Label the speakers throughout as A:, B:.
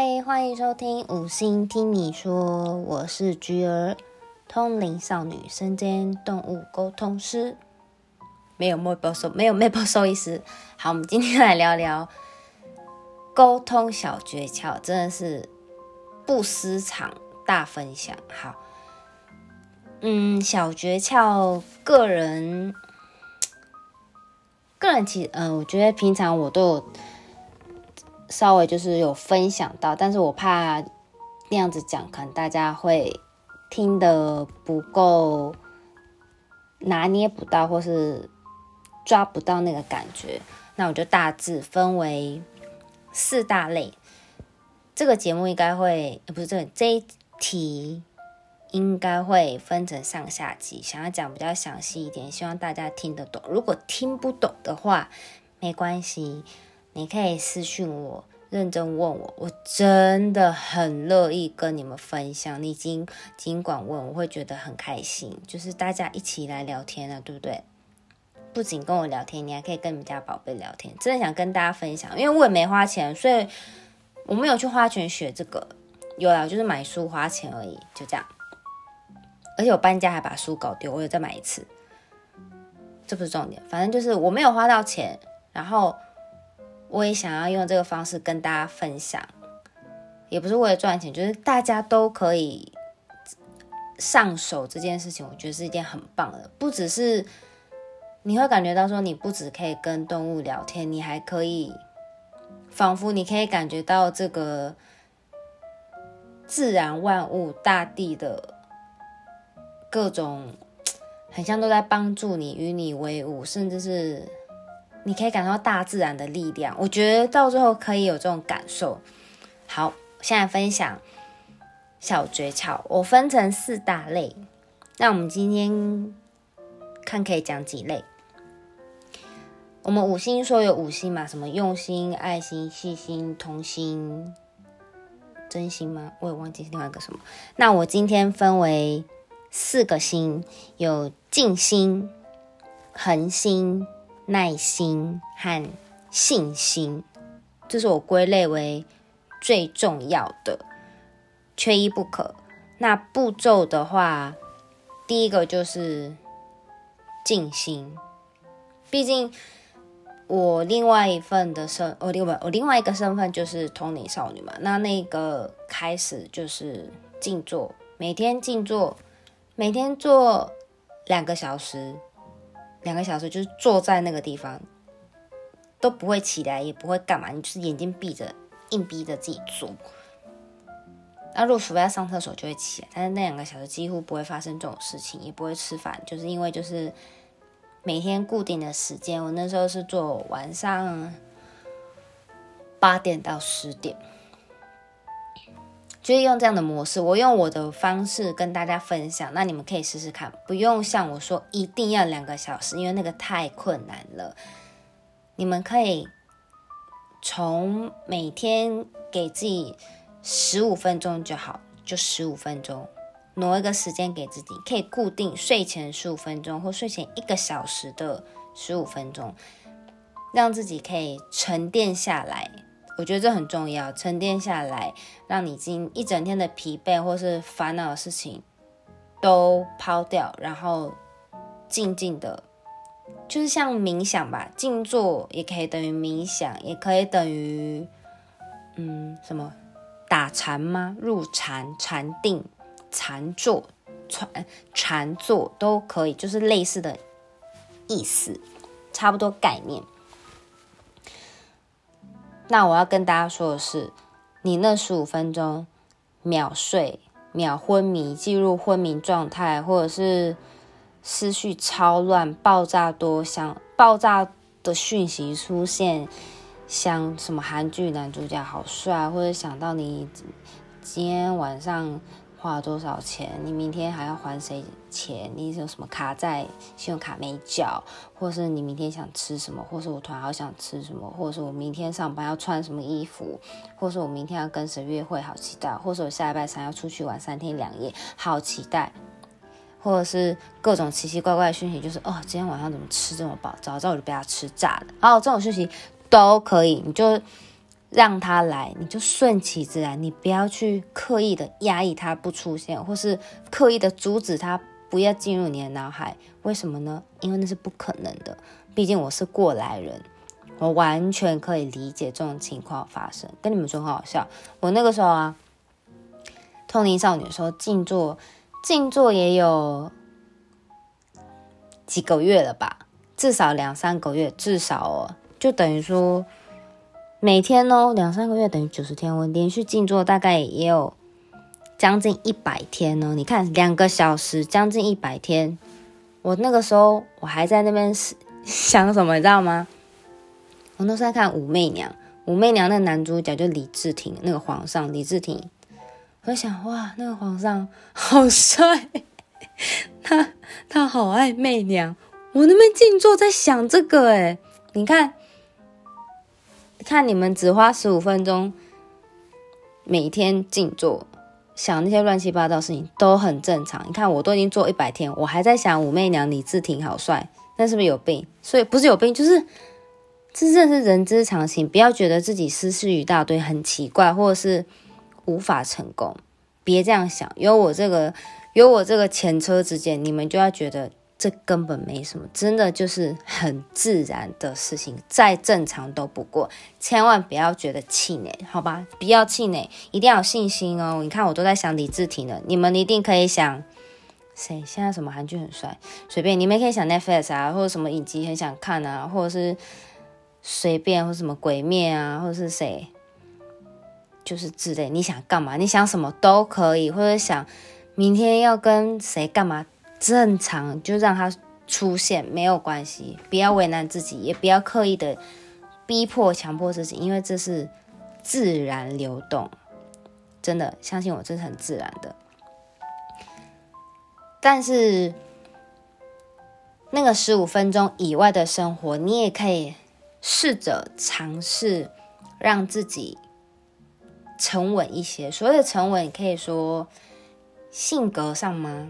A: 嗨，欢迎收听五星听你说，我是菊儿，通灵少女，身兼动物沟通师，没有 Maple 兽医师。好，我们今天来聊聊沟通小诀窍，真的是不私藏大分享。好，小诀窍，个人其实，我觉得平常我都有稍微就是有分享到，但是我怕那样子讲，可能大家会听得不够，拿捏不到，或是抓不到那个感觉。那我就大致分为4大类。这个节目应该会，不是这一题应该会分成上下集，想要讲比较详细一点，希望大家听得懂。如果听不懂的话，没关系，你可以私讯我，认真问我，我真的很乐意跟你们分享。你尽管问，我会觉得很开心，就是大家一起来聊天了，对不对？不仅跟我聊天，你还可以跟你们家宝贝聊天。真的想跟大家分享，因为我也没花钱，所以我没有去花钱学这个。有啦，就是买书花钱而已，就这样。而且我搬家还把书搞丢，我有再买一次。这不是重点，反正就是我没有花到钱，然后我也想要用这个方式跟大家分享，也不是为了赚钱，就是大家都可以上手这件事情，我觉得是一件很棒的。不只是你会感觉到说，你不只可以跟动物聊天，你还可以仿佛你可以感觉到这个自然万物、大地的各种很像都在帮助你，与你为伍，甚至是你可以感受到大自然的力量。我觉得到最后可以有这种感受。好，现在分享小诀窍，我分成4大类。那我们今天看可以讲几类。我们五星说有5星嘛，什么用心、爱心、细心、同心、真心吗？我也忘记另外一个什么。那我今天分为4个心，有静心、恒心、耐心和信心，这是我归类为最重要的，缺一不可。那步骤的话，第一个就是静心，毕竟我另外一个身份就是通灵少女嘛，那个开始就是静坐，每天静坐，每天做2个小时，2个小时就是坐在那个地方，都不会起来，也不会干嘛，你就是眼睛闭着，硬逼着自己做。那如果除非要上厕所就会起来，但是那2个小时几乎不会发生这种事情，也不会吃饭，就是因为就是每天固定的时间，我那时候是做晚上8点到10点，就是用这样的模式，我用我的方式跟大家分享，那你们可以试试看，不用像我说一定要2个小时，因为那个太困难了。你们可以从每天给自己15分钟就好，就15分钟，挪一个时间给自己，可以固定睡前15分钟或睡前1个小时的15分钟，让自己可以沉淀下来。我觉得这很重要，沉淀下来，让你一整天的疲惫或是烦恼的事情都抛掉，然后静静的，就是像冥想吧，静坐也可以等于冥想，也可以等于什么打禅吗？入禅、禅定、禅坐、禅坐都可以，就是类似的意思，差不多概念。那我要跟大家说的是，你那15分钟秒睡、秒昏迷，进入昏迷状态，或者是思绪超乱、爆炸的讯息出现，像什么韩剧男主角好帅，或者想到你今天晚上花了多少钱，你明天还要还谁钱，你有什么卡在信用卡没缴，或是你明天想吃什么，或是我突然好想吃什么，或是我明天上班要穿什么衣服，或是我明天要跟谁约会好期待，或是我下礼拜3要出去玩3天2夜好期待，或者是各种奇奇怪怪的讯息，就是今天晚上怎么吃这么饱，早知道我就不要吃炸的，这种讯息都可以，你就让它来，你就顺其自然，你不要去刻意的压抑它不出现，或是刻意的阻止它不要进入你的脑海。为什么呢？因为那是不可能的，毕竟我是过来人，我完全可以理解这种情况发生。跟你们说很好笑，我那个时候啊，通灵少女的时候静坐也有几个月了吧，至少2-3个月，至少就等于说每天2-3个月等于90天，我连续静坐大概也有将近100天呢。你看2个小时将近100天，我那个时候我还在那边想什么你知道吗？我那时候在看武媚娘那个男主角就李治廷，那个皇上李治廷，我就想哇，那个皇上好帅他好爱媚娘，我那边静坐在想这个你看你们只花15分钟每天静坐想那些乱七八糟的事情都很正常。你看我都已经做100天，我还在想武媚娘李治廷好帅，那是不是有病？所以不是有病，就是这真的是人之常情，不要觉得自己私事一大堆很奇怪，或者是无法成功，别这样想。有我这个前车之鉴，你们就要觉得这根本没什么，真的就是很自然的事情，再正常都不过，千万不要觉得气馁，好吧？不要气馁，一定要有信心哦。你看我都在想李治廷了，你们一定可以想谁？现在什么韩剧很帅？随便，你们可以想 Netflix 啊，或者什么影集很想看啊，或者是随便，或者什么鬼灭啊，或者是谁，就是之类，你想干嘛？你想什么都可以，或者想明天要跟谁干嘛，正常就让它出现，没有关系，不要为难自己，也不要刻意的逼迫强迫自己，因为这是自然流动，真的相信我，这是很自然的。但是那个15分钟以外的生活，你也可以试着尝试让自己沉稳一些。所谓的沉稳，可以说性格上吗？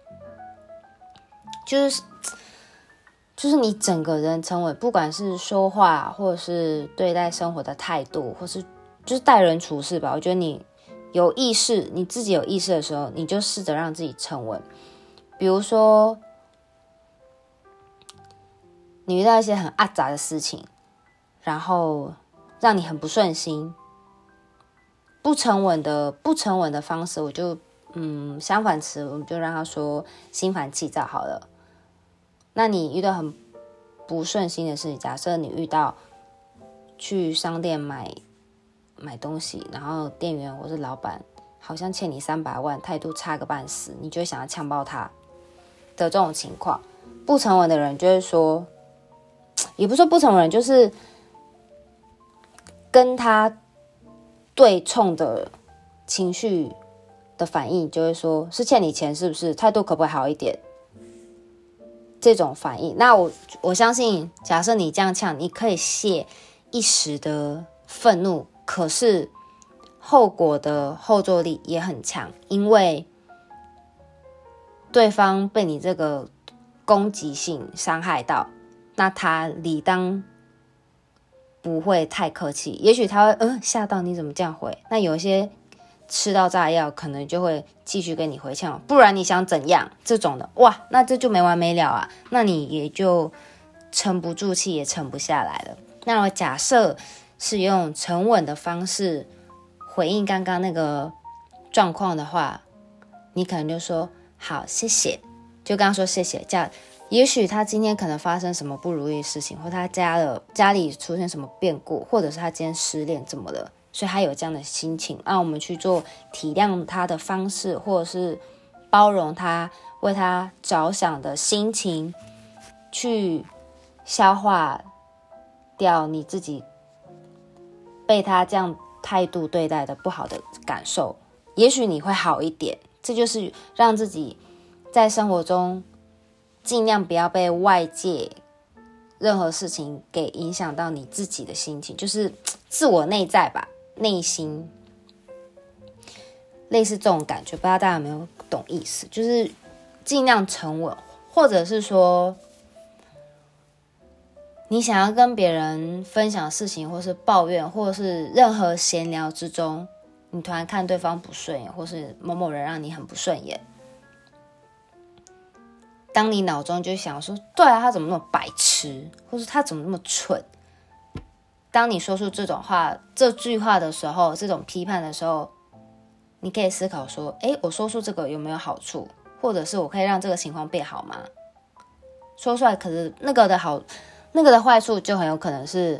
A: 就是你整个人沉稳，不管是说话，或者是对待生活的态度，或是就是待人处事吧。我觉得你有意识，你自己有意识的时候，你就试着让自己沉稳。比如说你遇到一些很阿杂的事情，然后让你很不顺心，不沉稳的方式，我就相反词，我们就让他说心烦气躁好了。那你遇到很不顺心的事情，假设你遇到去商店买东西，然后店员或是老板好像欠你300万，态度差个半死，你就会想要呛爆他的这种情况，不沉稳的人就会说，也不是说不沉稳人，就是跟他对冲的情绪的反应，就会说是欠你钱是不是？态度可不可以好一点？这种反应，那我相信，假设你这样呛，你可以泄一时的愤怒，可是后果的后坐力也很强，因为对方被你这个攻击性伤害到，那他理当不会太客气，也许他会吓到你怎么这样回，那有一些吃到炸药可能就会继续跟你回呛，不然你想怎样这种的，哇，那这就没完没了啊，那你也就沉不住气，也沉不下来了。那我假设是用沉稳的方式回应刚刚那个状况的话，你可能就说好谢谢，就刚刚说谢谢，这样也许他今天可能发生什么不如意的事情，或他家里出现什么变故，或者是他今天失恋怎么了，所以他有这样的心情，让我们去做体谅他的方式，或者是包容他，为他着想的心情，去消化掉你自己被他这样态度对待的不好的感受，也许你会好一点。这就是让自己在生活中尽量不要被外界任何事情给影响到你自己的心情，就是自我内在吧，内心类似这种感觉，不知道大家有没有懂意思，就是尽量沉稳，或者是说你想要跟别人分享事情，或是抱怨，或是任何闲聊之中，你突然看对方不顺眼，或是某某人让你很不顺眼，当你脑中就想说，对啊，他怎么那么白痴，或是他怎么那么蠢，当你说出这句话的时候，这种批判的时候，你可以思考说，我说出这个有没有好处，或者是我可以让这个情况变好吗？说出来，可是那个的坏处就很有可能是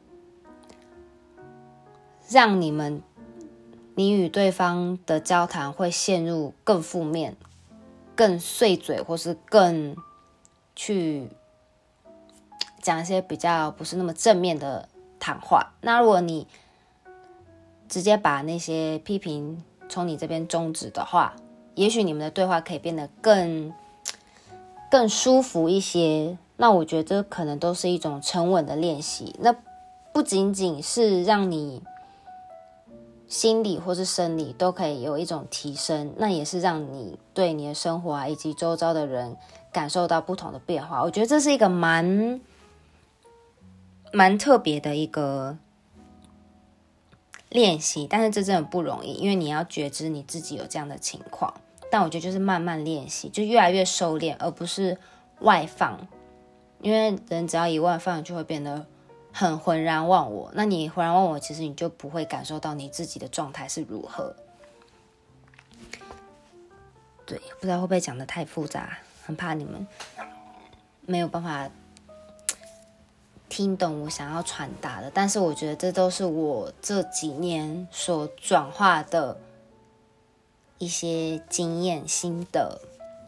A: 让你与对方的交谈会陷入更负面、更碎嘴，或是更去讲一些比较不是那么正面的谈话。那如果你直接把那些批评从你这边终止的话，也许你们的对话可以变得更舒服一些。那我觉得这可能都是一种沉稳的练习。那不仅仅是让你心理或是生理都可以有一种提升，那也是让你对你的生活以及周遭的人感受到不同的变化。我觉得这是一个蛮特别的一个练习，但是这真的不容易，因为你要觉知你自己有这样的情况。但我觉得就是慢慢练习，就越来越收敛，而不是外放。因为人只要一外放，就会变得很浑然忘我。那你浑然忘我，其实你就不会感受到你自己的状态是如何。对，不知道会不会讲得太复杂，很怕你们没有办法听懂我想要传达的。但是我觉得这都是我这几年所转化的一些经验心得。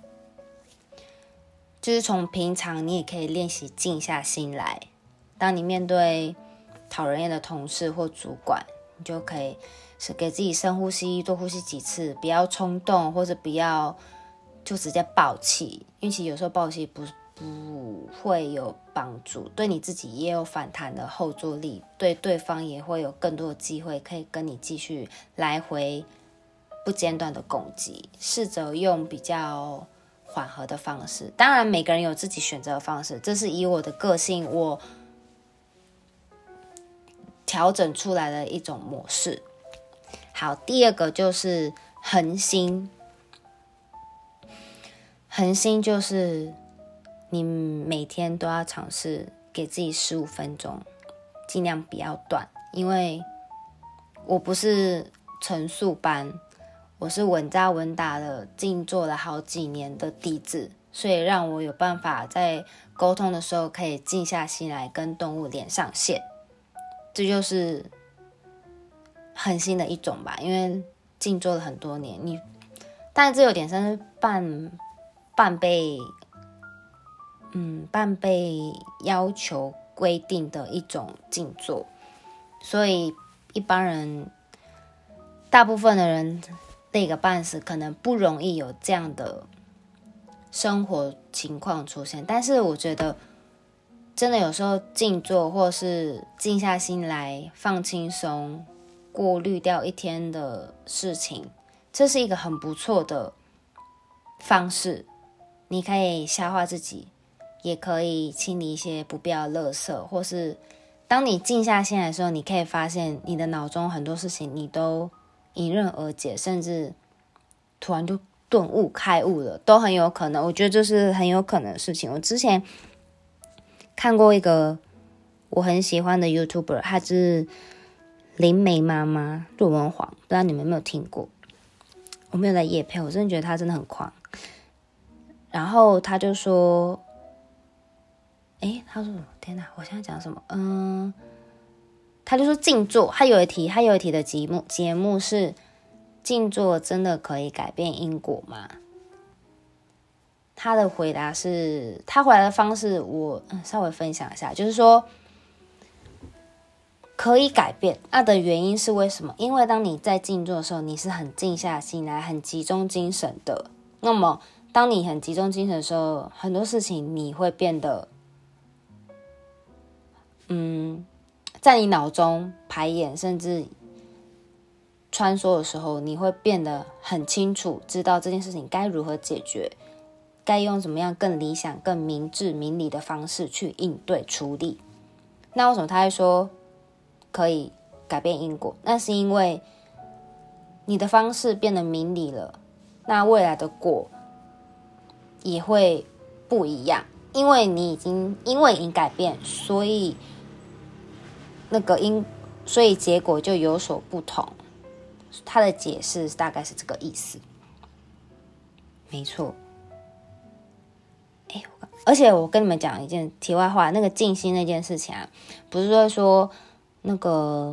A: 就是从平常你也可以练习静下心来，当你面对讨人厌的同事或主管，你就可以是给自己深呼吸，多呼吸几次，不要冲动，或者不要就直接爆气，因为其实有时候爆气不会有帮助，对你自己也有反弹的后坐力，对对方也会有更多的机会可以跟你继续来回不间断的攻击。试着用比较缓和的方式，当然每个人有自己选择的方式，这是以我的个性我调整出来的一种模式。好，第二个就是恒心。恒心就是你每天都要尝试给自己15分钟，尽量不要断，因为我不是陈述班，我是稳扎稳打的静坐了好几年的弟子，所以让我有办法在沟通的时候可以静下心来跟动物连上线。这就是恒心的一种吧，因为静坐了很多年，但是这有点像是半被要求规定的一种静坐，所以一般人大部分的人累个半死，可能不容易有这样的生活情况出现。但是我觉得真的有时候静坐或是静下心来放轻松，过滤掉一天的事情，这是一个很不错的方式。你可以消化自己，也可以清理一些不必要的垃圾，或是当你静下心来的时候，你可以发现你的脑中很多事情你都迎刃而解，甚至突然就顿悟开悟了，都很有可能。我觉得这是很有可能的事情。我之前看过一个我很喜欢的 YouTuber， 她是灵媒妈妈陆文煌，不知道你们有没有听过。我没有在业配，我真的觉得她真的很狂。然后他就说他说天哪，我现在讲什么？他就说静坐，他有一题的节目是静坐真的可以改变因果吗？他的回答是，他回答的方式我稍微分享一下，就是说可以改变，的原因是为什么？因为当你在静坐的时候，你是很静下心来，很集中精神的。那么当你很集中精神的时候，很多事情你会变得在你脑中排演甚至穿梭的时候，你会变得很清楚，知道这件事情该如何解决， 该用怎么样更理想、更明智、明理的方式去应对处理。那为什么他会说可以改变因果？那是因为你的方式变得明理了，那未来的果也会不一样，因为你已经改变，所以所以结果就有所不同。他的解释大概是这个意思，没错。而且我跟你们讲一件题外话，那个静心那件事情啊，不是说那个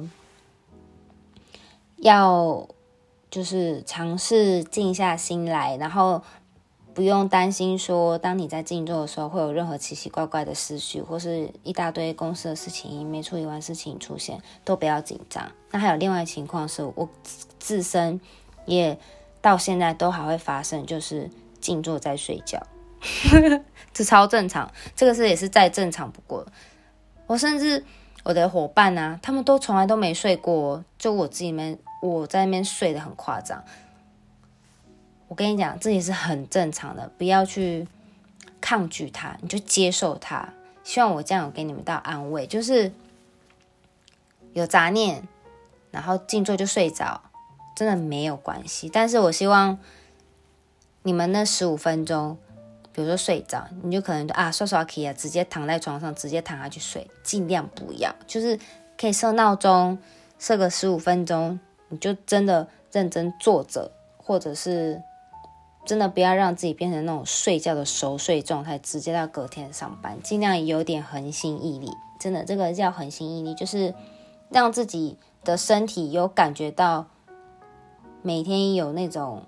A: 要就是尝试静下心来，然后不用担心说当你在静坐的时候会有任何奇奇怪怪的思绪，或是一大堆公司的事情没处理完事情出现，都不要紧张。那还有另外的情况是，我自身也到现在都还会发生，就是静坐在睡觉这超正常，这个也是再正常不过。我甚至我的伙伴啊，他们都从来都没睡过，就我在那边睡得很夸张。我跟你讲，这也是很正常的，不要去抗拒它，你就接受它。希望我这样有给你们到安慰，就是有杂念，然后静坐就睡着，真的没有关系。但是我希望你们那15分钟，比如说睡着，你就可能刷起啊，直接躺在床上，直接躺下去睡，尽量不要，就是可以设闹钟，设个15分钟，你就真的认真坐着，或者是真的不要让自己变成那种睡觉的熟睡状态，直接到隔天上班，尽量有点恒心毅力。真的，这个叫恒心毅力，就是让自己的身体有感觉到每天有那种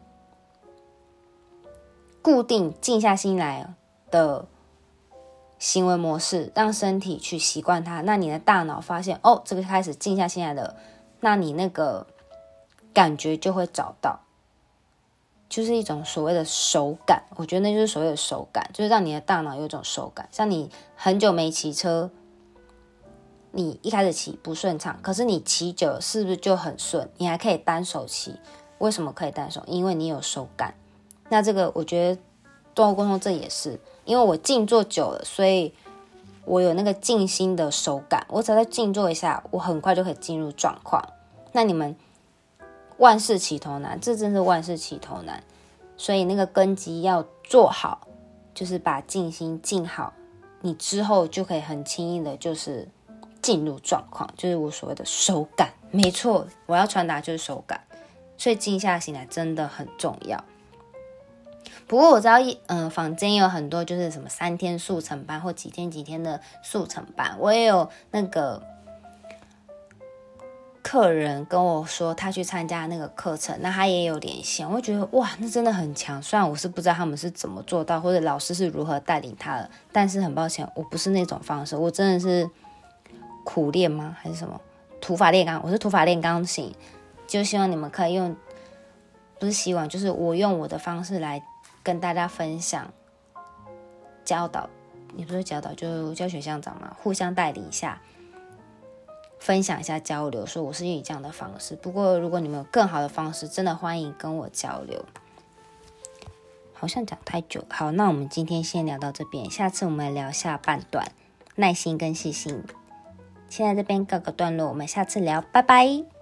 A: 固定静下心来的行为模式，让身体去习惯它。那你的大脑发现这个开始静下心来了，那你那个感觉就会找到，就是一种所谓的手感。我觉得那就是所谓的手感，就是让你的大脑有一种手感。像你很久没骑车，你一开始骑不顺畅，可是你骑久了是不是就很顺？你还可以单手骑。为什么可以单手？因为你有手感。那这个我觉得动物沟通这也是，因为我静坐久了，所以我有那个静心的手感。我只要再静坐一下，我很快就可以进入状况。那你们万事起头难，这真是万事起头难，所以那个根基要做好，就是把静心静好，你之后就可以很轻易的就是进入状况，就是我所谓的手感。没错，我要传达就是手感，所以静下心来真的很重要。不过我知道坊间有很多就是什么3天速成班或几天的速成班，我也有那个客人跟我说他去参加那个课程，那他也有连线，我会觉得哇，那真的很强。虽然我是不知道他们是怎么做到，或者老师是如何带领他的，但是很抱歉，我不是那种方式，我真的是苦练吗？还是什么土法炼钢？我是土法炼钢型，就希望你们可以用，不是希望，就是我用我的方式来跟大家分享、教导，也不是教导，就教学相长嘛，互相带领一下。分享一下交流，说我是以这样的方式。不过如果你们有更好的方式，真的欢迎跟我交流。好像讲太久，好，那我们今天先聊到这边，下次我们来聊下半段，耐心跟细心。现在这边告个段落，我们下次聊，拜拜。